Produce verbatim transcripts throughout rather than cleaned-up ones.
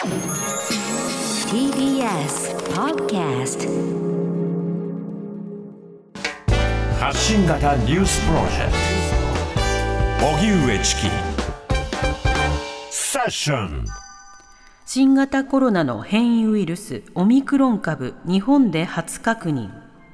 ティービーエス Podcast 発信型ニュースプロジェクト荻上チキセッション。 新型コロナの変異ウイルスオミクロン株、日本で初確認。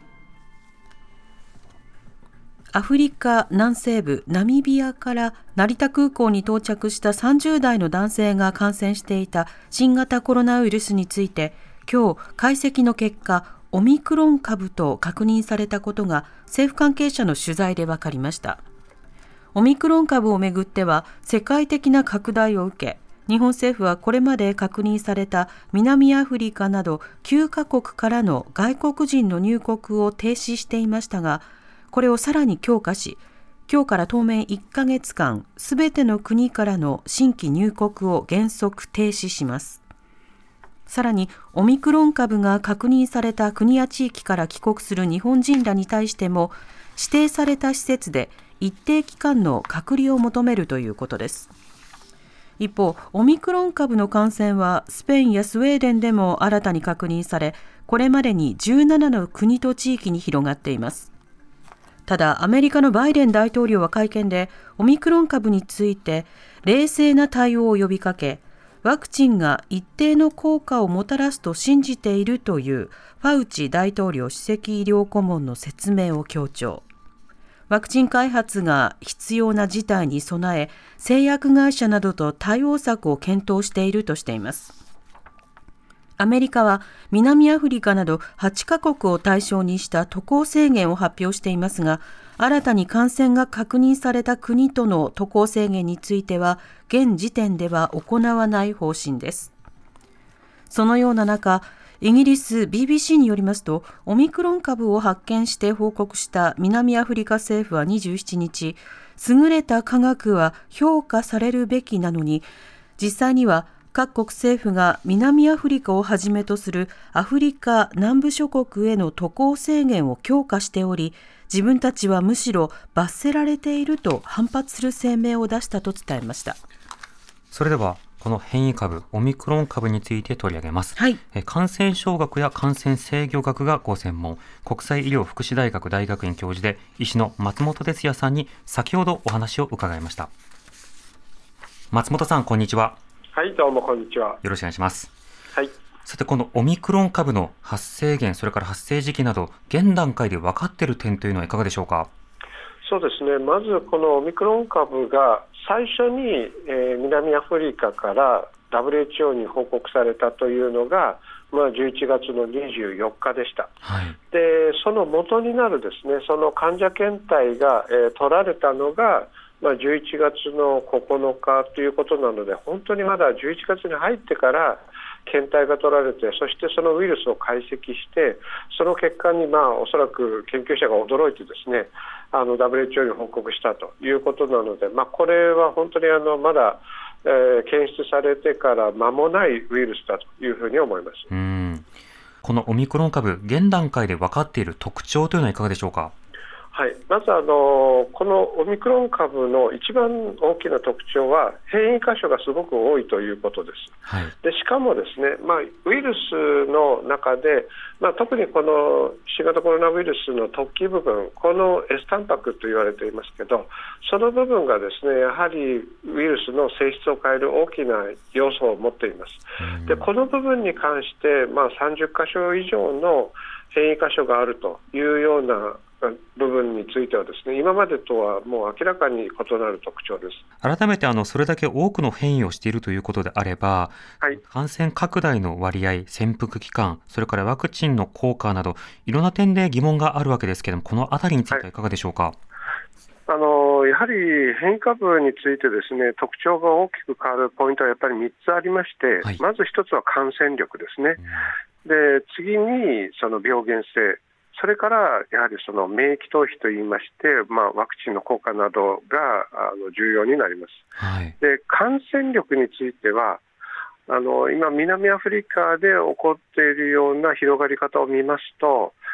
アフリカ南西部ナミビアから成田空港に到着したさんじゅう代の男性が感染していた新型コロナウイルスについて、今日解析の結果、オミクロン株と確認されたことが政府関係者の取材で分かりました。オミクロン株をめぐっては世界的な拡大を受け、日本政府はこれまで確認された南アフリカなどきゅうカ国からの外国人の入国を停止していましたが、これをさらに強化し、今日から当面いっかげつかん、すべての国からの新規入国を原則停止します。さらに、オミクロン株が確認された国や地域から帰国する日本人らに対しても、指定された施設で一定期間の隔離を求めるということです。一方、オミクロン株の感染はスペインやスウェーデンでも新たに確認され、これまでにじゅうななの国と地域に広がっています。ただ、アメリカのバイデン大統領は会見で、オミクロン株について冷静な対応を呼びかけ、ワクチンが一定の効果をもたらすと信じているというファウチ大統領首席医療顧問の説明を強調。ワクチン開発が必要な事態に備え、製薬会社などと対応策を検討しているとしています。アメリカは南アフリカなどはちカ国を対象にした渡航制限を発表していますが、新たに感染が確認された国との渡航制限については、現時点では行わない方針です。そのような中、イギリス ビービーシー によりますと、オミクロン株を発見して報告した南アフリカ政府はにじゅうしちにち、優れた科学は評価されるべきなのに、実際には各国政府が南アフリカをはじめとするアフリカ南部諸国への渡航制限を強化しており、自分たちはむしろ罰せられていると反発する声明を出したと伝えました。 それではこの変異株オミクロン株について取り上げます。 はい、 え感染症学や感染制御学がご専門、国際医療福祉大学大学院教授で医師の松本哲也さんに先ほどお話を伺いました。松本さん、こんにちは。 はい、どうもこんにちは。 よろしくお願いします。 はい。 さて、このオミクロン株の発生源、それから発生時期など現段階で分かっている点というのはいかがでしょうか。 そうですね、まずこのオミクロン株が最初に、えー、南アフリカから ダブリューエイチオー に報告されたというのが、まあ、じゅういちがつのにじゅうよっかでした。 はい、 でその元になるですね、その患者検体が、えー、取られたのが、まあ、じゅういちがつのここのかということなので、本当にまだじゅういちがつに入ってから検体が取られて、そしてそのウイルスを解析して、その結果にまあおそらく研究者が驚いてですね、あの ダブリューエイチオー に報告したということなので、まあ、これは本当にあのまだ、えー、検出されてから間もないウイルスだというふうに思います。 うーんこのオミクロン株、現段階で分かっている特徴というのはいかがでしょうか。 はい、まずあのこのオミクロン株の一番大きな特徴は変異箇所がすごく多いということです。 はい、 でしかもですね、まあ、ウイルスの中で、まあ、特にこの新型コロナウイルスの突起部分、この S タンパクと言われていますけど、その部分がですね、やはりウイルスの性質を変える大きな要素を持っています。でこの部分に関して、まあ、さんじゅっかしょ以上の変異箇所があるというような部分についてはですね、今までとはもう明らかに異なる特徴です。 改めてあのそれだけ多くの変異をしているということであれば、 はい、 感染拡大の割合、潜伏期間、それからワクチンの効果などいろんな点で疑問があるわけですけれども、このあたりについてはいかがでしょうか。 はい、あのやはり変異株についてですね、特徴が大きく変わるポイントはやっぱりみっつありまして、はい、まずひとつは感染力ですね。うん、で次にその病原性、それからやはりその免疫逃避といいまして、まあ、ワクチンの効果などがあの重要になります。はい、で感染力についてはあの今南アフリカで起こっているような広がり方を見ますと、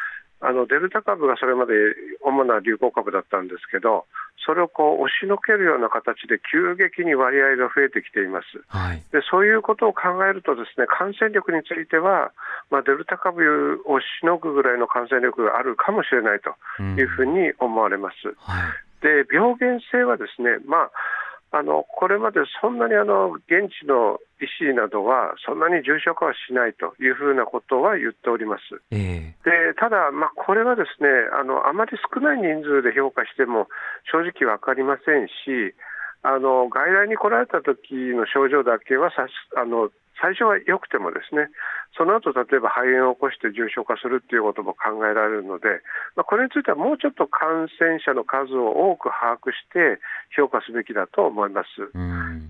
あのデルタ株がそれまで主な流行株だったんですけど、それをこう押しのけるような形で急激に割合が増えてきています。 はい、 でそういうことを考えるとですね、感染力については、まあ、デルタ株をしのぐぐらいの感染力があるかもしれないというふうに思われます。 うんはい、 で病原性はですね、まああのこれまでそんなにあの現地の医師などはそんなに重症化はしないというふうなことは言っております。 えー、 でただ、まあ、これはですね あのあまり少ない人数で評価しても正直分かりませんし、あの外来に来られた時の症状だけはさあの最初は良くてもですね、その後例えば肺炎を起こして重症化するということも考えられるので、まあ、これについてはもうちょっと感染者の数を多く把握して評価すべきだと思います。 うん、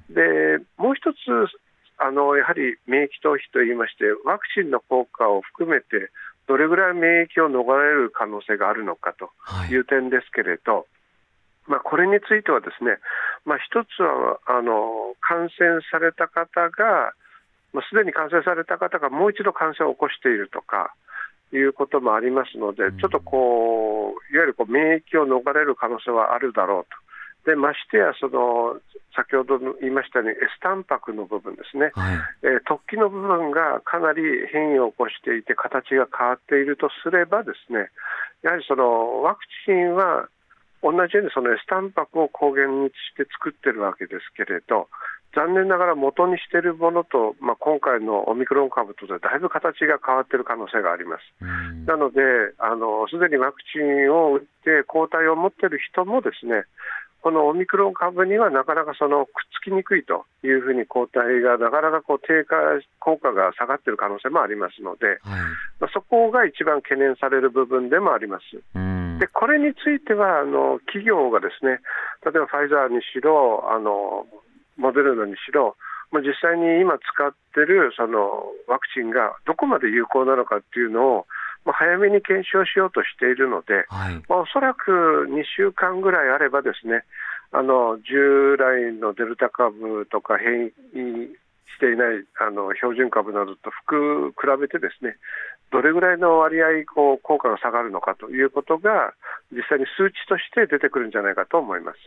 でもう一つあのやはり免疫逃避といいまして、ワクチンの効果を含めてどれぐらい免疫を逃れる可能性があるのかという点ですけれど、はい、まあ、これについてはですね、まあ、一つはあの感染された方がまあ、すでに感染された方がもう一度感染を起こしているとかいうこともありますので、ちょっとこういわゆるこう免疫を逃れる可能性はあるだろうと。でましてやその先ほど言いましたように S タンパクの部分ですね、 はい、 えー、突起の部分がかなり変異を起こしていて形が変わっているとすればですね、やはりそのワクチンは同じようにその S タンパクを抗原にして作ってるわけですけれど、残念ながら元にしているものと、まあ、今回のオミクロン株とでだいぶ形が変わっている可能性があります。なのであのすでにワクチンを打って抗体を持っている人もですね、このオミクロン株にはなかなかそのくっつきにくいというふうに抗体がなかなかこう低下効果が下がっている可能性もありますので、はい、まあ、そこが一番懸念される部分でもあります。でこれについてはあの企業がですね、例えばファイザーにしろあのモデルナにしろ、まあ、実際に今使っているそのワクチンがどこまで有効なのかっていうのを、まあ、早めに検証しようとしているので、はい、まあ、おそらくにしゅうかんぐらいあればですね、あの従来のデルタ株とか変異していないあの標準株などと比べてですね、どれぐらいの割合こう効果が下がるのかということが実際に数値として出てくるんじゃないかと思います。 うん、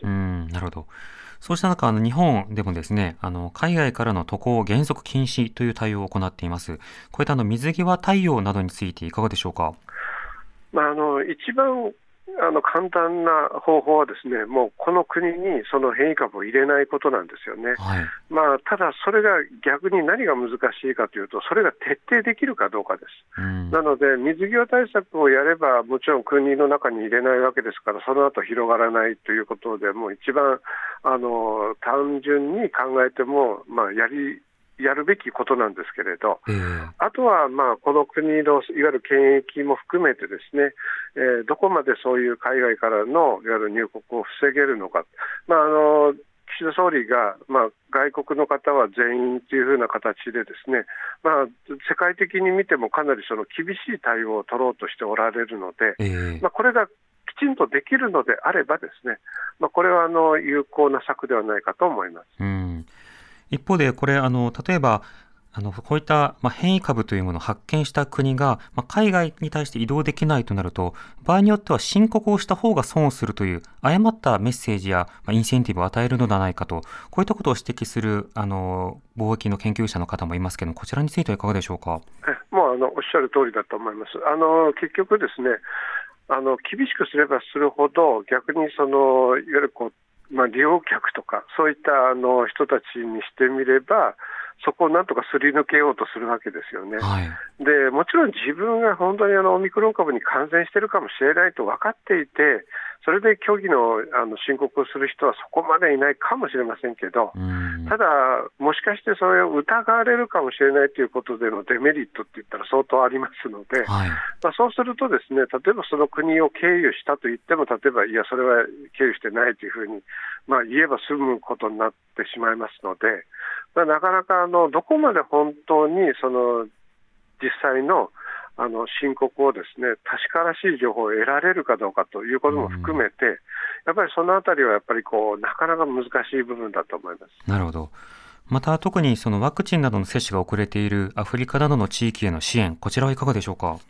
なるほど。そうした中、あの日本でもですね、あの海外からの渡航原則禁止という対応を行っています。こういったあの水際対応などについていかがでしょうか。 まあ、あの一番あの簡単な方法はですね、もうこの国にその変異株を入れないことなんですよね。はい、まあ、ただそれが逆に何が難しいかというと、それが徹底できるかどうかです。うん、なので水際対策をやればもちろん国の中に入れないわけですから、その後広がらないということで、もう一番あの単純に考えても、まあ、やりやるべきことなんですけれど、えー、あとはまあこの国のいわゆる検疫も含めてですね、えー、どこまでそういう海外からのいわゆる入国を防げるのか、まあ、あの岸田総理が、まあ、外国の方は全員というふうな形でですね、まあ、世界的に見てもかなりその厳しい対応を取ろうとしておられるので、えーまあ、これがきちんとできるのであればですね、まあ、これはあの有効な策ではないかと思います。 うん、一方でこれあの例えばあのこういった、まあ、変異株というものを発見した国が、まあ、海外に対して移動できないとなると、場合によっては申告をした方が損をするという誤ったメッセージや、まあ、インセンティブを与えるのではないかと、こういったことを指摘するあの貿易の研究者の方もいますけども、こちらについてはいかがでしょうか。 もうあのおっしゃる通りだと思います。あの結局ですね、あの厳しくすればするほど逆にそのいわゆるこうまあ、利用客とかそういったあの人たちにしてみれば、そこをなんとかすり抜けようとするわけですよね。はい、でもちろん自分が本当にあのオミクロン株に感染しているかもしれないと分かっていて、それで虚偽のあの申告をする人はそこまでいないかもしれませんけど、ただもしかしてそれを疑われるかもしれないということでのデメリットって言ったら相当ありますので、はい、まあ、そうするとですね、例えばその国を経由したと言っても、例えばいやそれは経由してないというふうに、まあ、言えば済むことになってしまいますので、まあ、なかなかあのどこまで本当にその実際のあの申告をですね、確からしい情報を得られるかどうかということも含めて、うん、やっぱりそのあたりはやっぱりこうなかなか難しい部分だと思います。 なるほど。また特にそのワクチンなどの接種が遅れているアフリカなどの地域への支援、こちらはいかがでしょうか。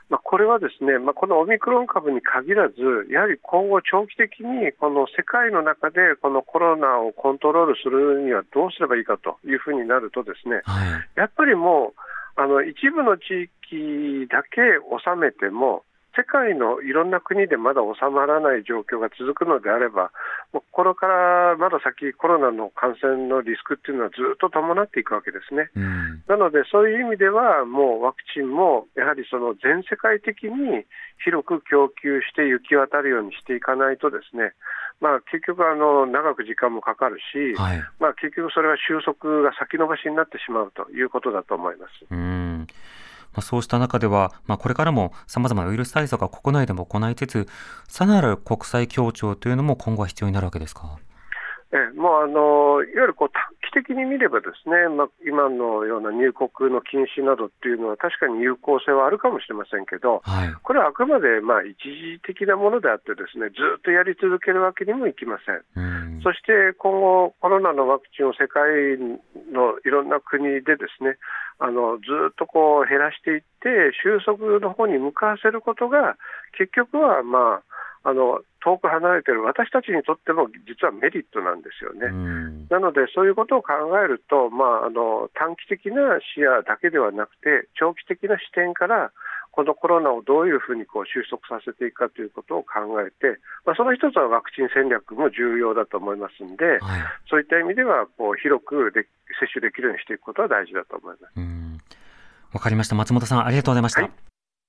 まあ、これはですね、まあ、このオミクロン株に限らず、やはり今後長期的にこの世界の中でこのコロナをコントロールするにはどうすればいいかというふうになるとですね、 はい、 やっぱりもうあの一部の地域だけ収めても世界のいろんな国でまだ収まらない状況が続くのであれば、もうこれからまだ先コロナの感染のリスクっていうのはずっと伴っていくわけですね、うん、なのでそういう意味ではもうワクチンもやはりその全世界的に広く供給して行き渡るようにしていかないとですね、まあ、結局あの長く時間もかかるし、はい、まあ、結局それは収束が先延ばしになってしまうということだと思います。 うん、まあ、そうした中では、まあ、これからも様々なウイルス対策は国内でも行いつつ、さらなる国際協調というのも今後は必要になるわけですか。 えもうあのいわゆるこう短期的に見ればですね、まあ、今のような入国の禁止などっていうのは確かに有効性はあるかもしれませんけど、はい、これはあくまでまあ一時的なものであってですね、ずっとやり続けるわけにもいきません。うん、そして今後コロナのワクチンを世界のいろんな国でですね、あのずっとこう減らしていって収束の方に向かわせることが結局はまああの遠く離れている私たちにとっても実はメリットなんですよね。うん、なのでそういうことを考えると、まあ、あの短期的な視野だけではなくて長期的な視点からこのコロナをどういうふうにこう収束させていくかということを考えて、まあ、その一つはワクチン戦略も重要だと思いますので、はい、そういった意味ではこう広くで接種できるようにしていくことは大事だと思います。うん、 わかりました。松本さん、ありがとうございました。はい、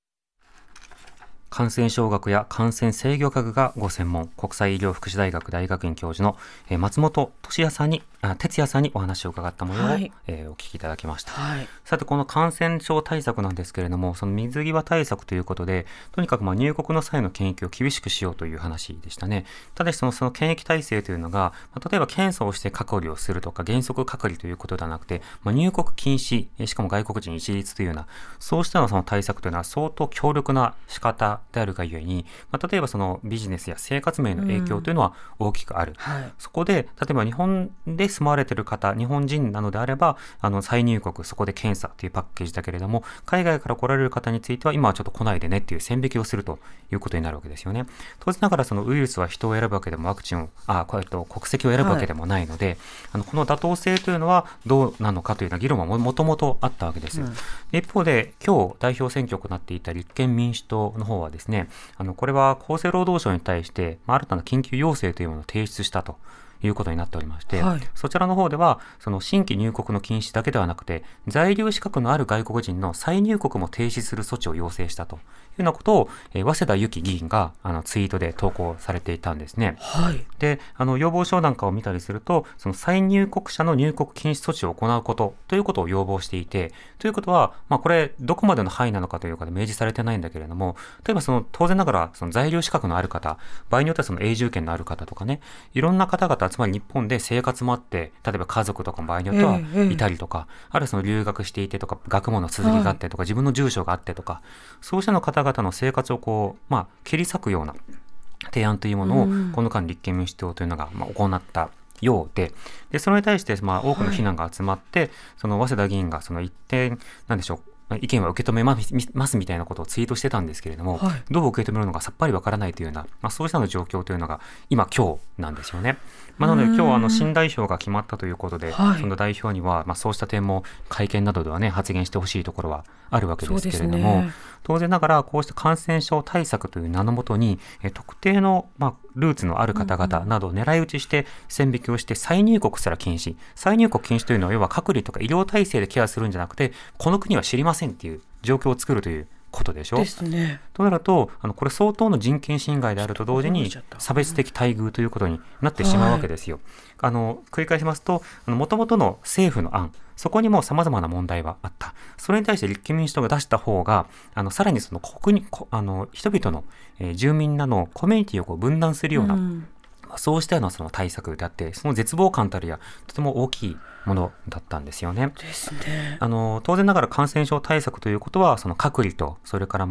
感染症学や感染制御学がご専門、国際医療福祉大学大学院教授の松本俊也さんに、あ、哲也さんにお話を伺った模様を、はい、えー、お聞きいただきました。はい、さて、この感染症対策なんですけれども、その水際対策ということで、とにかくまあ入国の際の検疫を厳しくしようという話でしたね。ただしその、その検疫体制というのが、まあ、例えば検査をして隔離をするとか、原則隔離ということではなくて、まあ、入国禁止、しかも外国人一律というような、そうしたのその対策というのは相当強力な仕方であるがゆえに、まあ、例えばそのビジネスや生活面の影響というのは大きくある、うん、はい、そこで例えば日本で住まわれている方、日本人なのであればあの再入国、そこで検査というパッケージだけれども、海外から来られる方については今はちょっと来ないでねっていう線引きをするということになるわけですよね。当然ながらそのウイルスは人を選ぶわけでもワクチンをあこうやって国籍を選ぶわけでもないので、はい、あのこの妥当性というのはどうなのかというような議論はも、もともとあったわけです、うん、一方で今日代表選挙を行っていた立憲民主党の方はですね、あのこれは厚生労働省に対して、まあ、新たな緊急要請というものを提出したということになっておりまして、はい、そちらの方ではその新規入国の禁止だけではなくて在留資格のある外国人の再入国も停止する措置を要請したというようなことを、えー、早稲田由紀議員があのツイートで投稿されていたんですね。はい、であの要望書なんかを見たりすると、その再入国者の入国禁止措置を行うことということを要望していて、ということは、まあ、これどこまでの範囲なのかというかで明示されてないんだけれども、例えばその当然ながらその在留資格のある方、場合によってはその永住権のある方とかね、いろんな方々、つまり日本で生活もあって、例えば家族とか場合によってはいたりとか、ええ、あるいはその留学していてとか学問の続きがあってとか、はい、自分の住所があってとか、そうしたの方々の生活をこう、まあ、切り裂くような提案というものを、うん、この間立憲民主党というのが、まあ、行ったようで、でそれに対して、まあ、多くの非難が集まって、はい、その早稲田議員がその一点なんでしょう、意見は受け止めますみたいなことをツイートしてたんですけれども、はい、どう受け止めるのかさっぱりわからないというような、まあ、そうしたの状況というのが今今日なんですよね。まあ、なので今日あの新代表が決まったということで、その代表にはまあそうした点も会見などではね発言してほしいところはあるわけですけれども、ね、当然ながらこうした感染症対策という名のもとにえ特定のまあルーツのある方々などを狙い撃ちして線引きをして再入国すら禁止、再入国禁止というのは要は隔離とか医療体制でケアするんじゃなくて、この国は知りませんっていう状況を作るということでしょ。ですね。となるとあのこれ相当の人権侵害であると同時に差別的待遇ということになってしまうわけですよ。はい、あの繰り返しますと、もともとの政府の案、そこにも様々な問題はあった。それに対して立憲民主党が出した方が、あのさらにその国にあの人々の、えー、住民らのコミュニティをこう分断するような、うん、そうしたようなその対策であって、その絶望感たるやとても大きいものだったんですよね。ですね。あの当然ながら感染症対策ということはその隔離とそれからまあ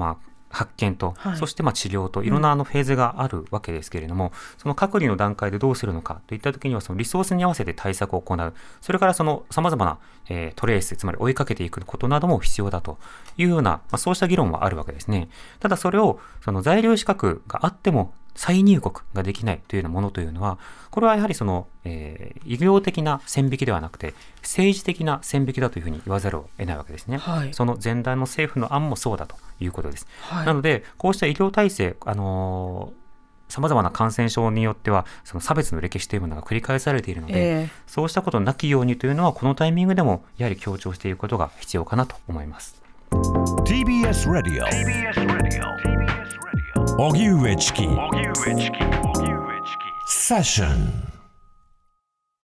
発見と、 はい、 そしてまあ治療といろんなあのフェーズがあるわけですけれども、うん、その隔離の段階でどうするのかといったときにはそのリソースに合わせて対策を行う、それからそのさまざまな、えー、トレース、つまり追いかけていくことなども必要だというような、まあ、そうした議論はあるわけですね。ただそれをその在留資格があっても再入国ができないというようなものというのは、これはやはりその、えー、医療的な線引きではなくて政治的な線引きだというふうに言わざるを得ないわけですね、はい、その前段の政府の案もそうだということです、はい、なのでこうした医療体制、あのさまざまな感染症によってはその差別の歴史というものが繰り返されているので、えー、そうしたことなきようにというのはこのタイミングでもやはり強調していくことが必要かなと思います。 ティービーエス Radio 荻上チキセッション